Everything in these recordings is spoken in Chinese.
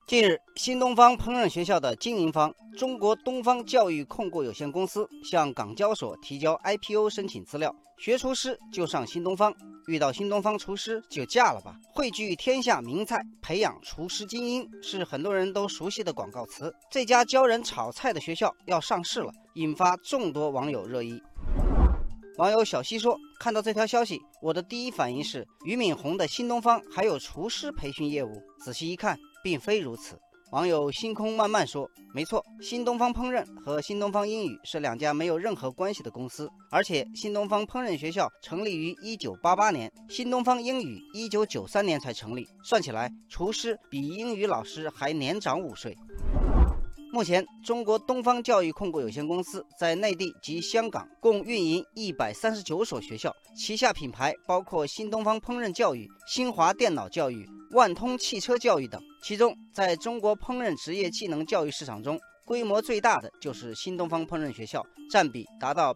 近日，新东方烹饪学校的经营方中国东方教育控股有限公司向港交所提交 IPO 申请资料，学厨师就上新东方，遇到新东方厨师就嫁了吧，汇聚天下名菜，培养厨师精英，是很多人都熟悉的广告词。这家教人炒菜的学校要上市了，引发众多网友热议。网友小西说，看到这条消息，我的第一反应是俞敏洪的新东方还有厨师培训业务，仔细一看并非如此。网友星空漫漫说，没错，新东方烹饪和新东方英语是两家没有任何关系的公司，而且新东方烹饪学校成立于1988年，新东方英语1993年才成立，算起来厨师比英语老师还年长5岁。目前，中国东方教育控股有限公司在内地及香港共运营139所学校，旗下品牌包括新东方烹饪教育、新华电脑教育、万通汽车教育等。其中，在中国烹饪职业技能教育市场中，规模最大的就是新东方烹饪学校，占比达到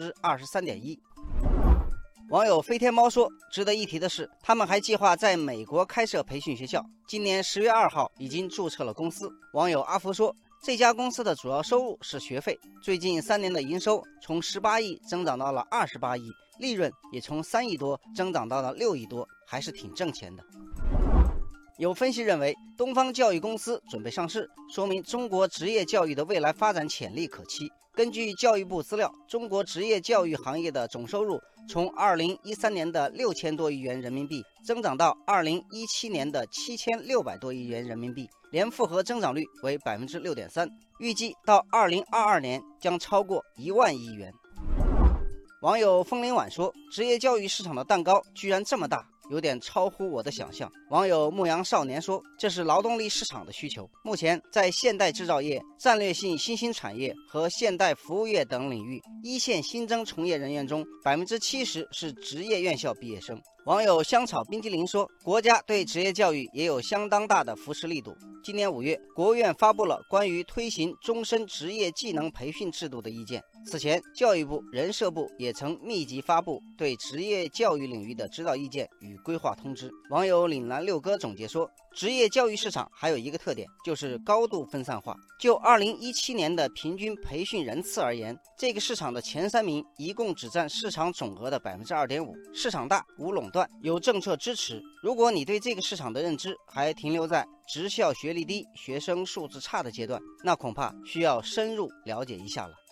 23.1%。网友飞天猫说，值得一提的是，他们还计划在美国开设培训学校，今年10月2号已经注册了公司。网友阿福说，这家公司的主要收入是学费，最近3年的营收从18亿增长到了28亿，利润也从3亿多增长到了6亿多，还是挺挣钱的。有分析认为，东方教育公司准备上市，说明中国职业教育的未来发展潜力可期。根据教育部资料，中国职业教育行业的总收入从2013年的6000多亿元人民币增长到2017年的7600多亿元人民币，年复合增长率为6.3%，预计到2022年将超过1万亿元。网友风铃晚说，职业教育市场的蛋糕居然这么大，有点超乎我的想象。网友牧羊少年说，这是劳动力市场的需求。目前在现代制造业、战略性新兴产业和现代服务业等领域，一线新增从业人员中70%是职业院校毕业生。网友香草冰激凌说，国家对职业教育也有相当大的扶持力度。今年5月，国务院发布了关于推行终身职业技能培训制度的意见。此前，教育部、人社部也曾密集发布对职业教育领域的指导意见与规划通知。网友岭南六哥总结说，职业教育市场还有一个特点，就是高度分散化。就2017年的平均培训人次而言，这个市场的前3名一共只占市场总额的2.5%，市场大，无垄断，有政策支持。如果你对这个市场的认知还停留在职校学历低、学生素质差的阶段，那恐怕需要深入了解一下了。